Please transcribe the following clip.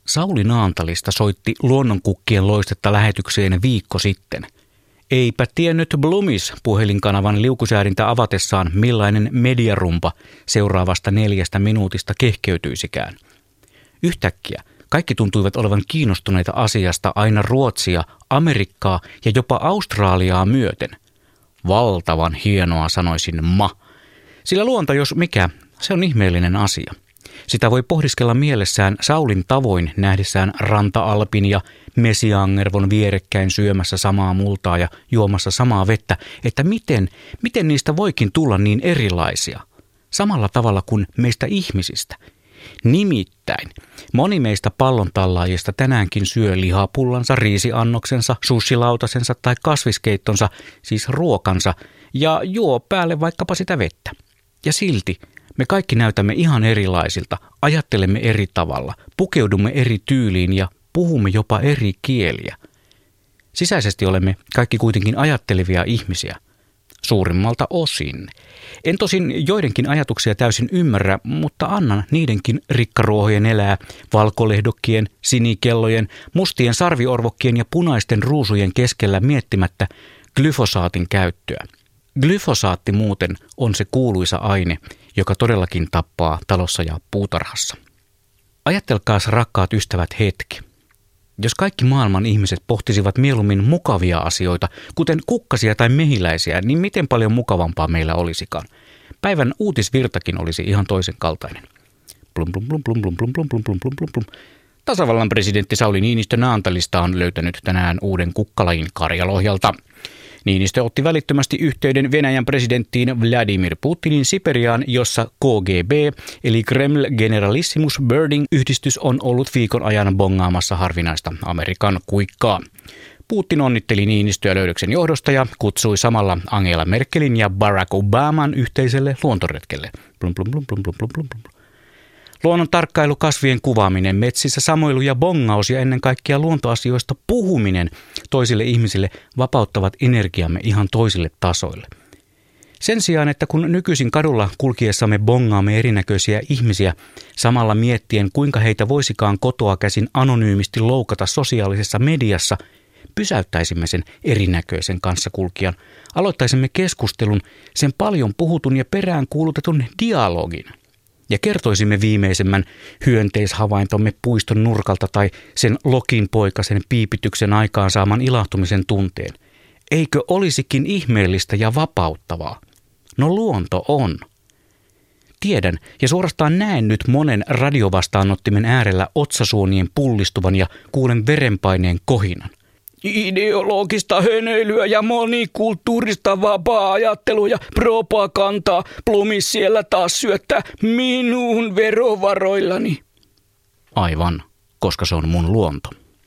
Sauli Naantalista soitti Luonnonkukkien loistetta lähetykseen viikko sitten. Eipä tiennyt Blumis puhelinkanavan liukusäädintä avatessaan, millainen mediarumpa seuraavasta 4 minuutista kehkeytyisikään. Yhtäkkiä kaikki tuntuivat olevan kiinnostuneita asiasta aina Ruotsia, Amerikkaa ja jopa Australiaa myöten. Valtavan hienoa, sanoisin sillä luonto jos mikä, se on ihmeellinen asia. Sitä voi pohdiskella mielessään Saulin tavoin nähdessään Ranta-Alpin ja Mesiangervon vierekkäin syömässä samaa multaa ja juomassa samaa vettä, että miten niistä voikin tulla niin erilaisia, samalla tavalla kuin meistä ihmisistä. Nimittäin moni meistä pallontallaajista tänäänkin syö lihapullansa, riisiannoksensa, sushilautasensa tai kasviskeittonsa, siis ruokansa, ja juo päälle vaikkapa sitä vettä. Ja silti me kaikki näytämme ihan erilaisilta, ajattelemme eri tavalla, pukeudumme eri tyyliin ja puhumme jopa eri kieliä. Sisäisesti olemme kaikki kuitenkin ajattelevia ihmisiä. Suurimmalta osin. En tosin joidenkin ajatuksia täysin ymmärrä, mutta annan niidenkin rikkaruohojen elää valkolehdokkien, sinikellojen, mustien sarviorvokkien ja punaisten ruusujen keskellä miettimättä glyfosaatin käyttöä. Glyfosaatti muuten on se kuuluisa aine, joka todellakin tappaa talossa ja puutarhassa. Ajattelkaas, rakkaat ystävät, hetki. Jos kaikki maailman ihmiset pohtisivat mieluummin mukavia asioita, kuten kukkasia tai mehiläisiä, niin miten paljon mukavampaa meillä olisikaan. Päivän uutisvirtakin olisi ihan toisen kaltainen. Plum, plum, plum, plum, plum, plum, plum, plum, plum, plum, plum. Tasavallan presidentti Sauli Niinistö Naantalista on löytänyt tänään uuden kukkalajin Karjalohjalta. Niinistö otti välittömästi yhteyden Venäjän presidenttiin Vladimir Putinin Siperiaan, jossa KGB eli Kreml Generalissimus Birding -yhdistys on ollut viikon ajan bongaamassa harvinaista Amerikan kuikkaa. Putin onnitteli Niinistöä löydöksen johdosta ja kutsui samalla Angela Merkelin ja Barack Obaman yhteiselle luontoretkelle. Plum, plum, plum, plum, plum, plum, plum. Luonnon tarkkailu, kasvien kuvaaminen, metsissä samoilu ja bongaus ja ennen kaikkea luontoasioista puhuminen toisille ihmisille vapauttavat energiamme ihan toisille tasoille. Sen sijaan, että kun nykyisin kadulla kulkiessamme bongaamme erinäköisiä ihmisiä, samalla miettien kuinka heitä voisikaan kotoa käsin anonyymisti loukata sosiaalisessa mediassa, pysäyttäisimme sen erinäköisen kanssakulkijan, aloittaisimme keskustelun, sen paljon puhutun ja peräänkuulutetun dialogin. Ja kertoisimme viimeisemmän hyönteishavaintomme puiston nurkalta tai sen lokinpoikasen piipityksen aikaan saaman ilahtumisen tunteen. Eikö olisikin ihmeellistä ja vapauttavaa? No luonto on. Tiedän ja suorastaan näen nyt monen radiovastaanottimen äärellä otsasuonien pullistuvan ja kuulen verenpaineen kohinan. Ideologista hönöilyä ja monikulttuurista vapaa-ajattelua ja propagandaa Blumis siellä taas syöttää minun verovaroillani. Aivan, koska se on mun luonto.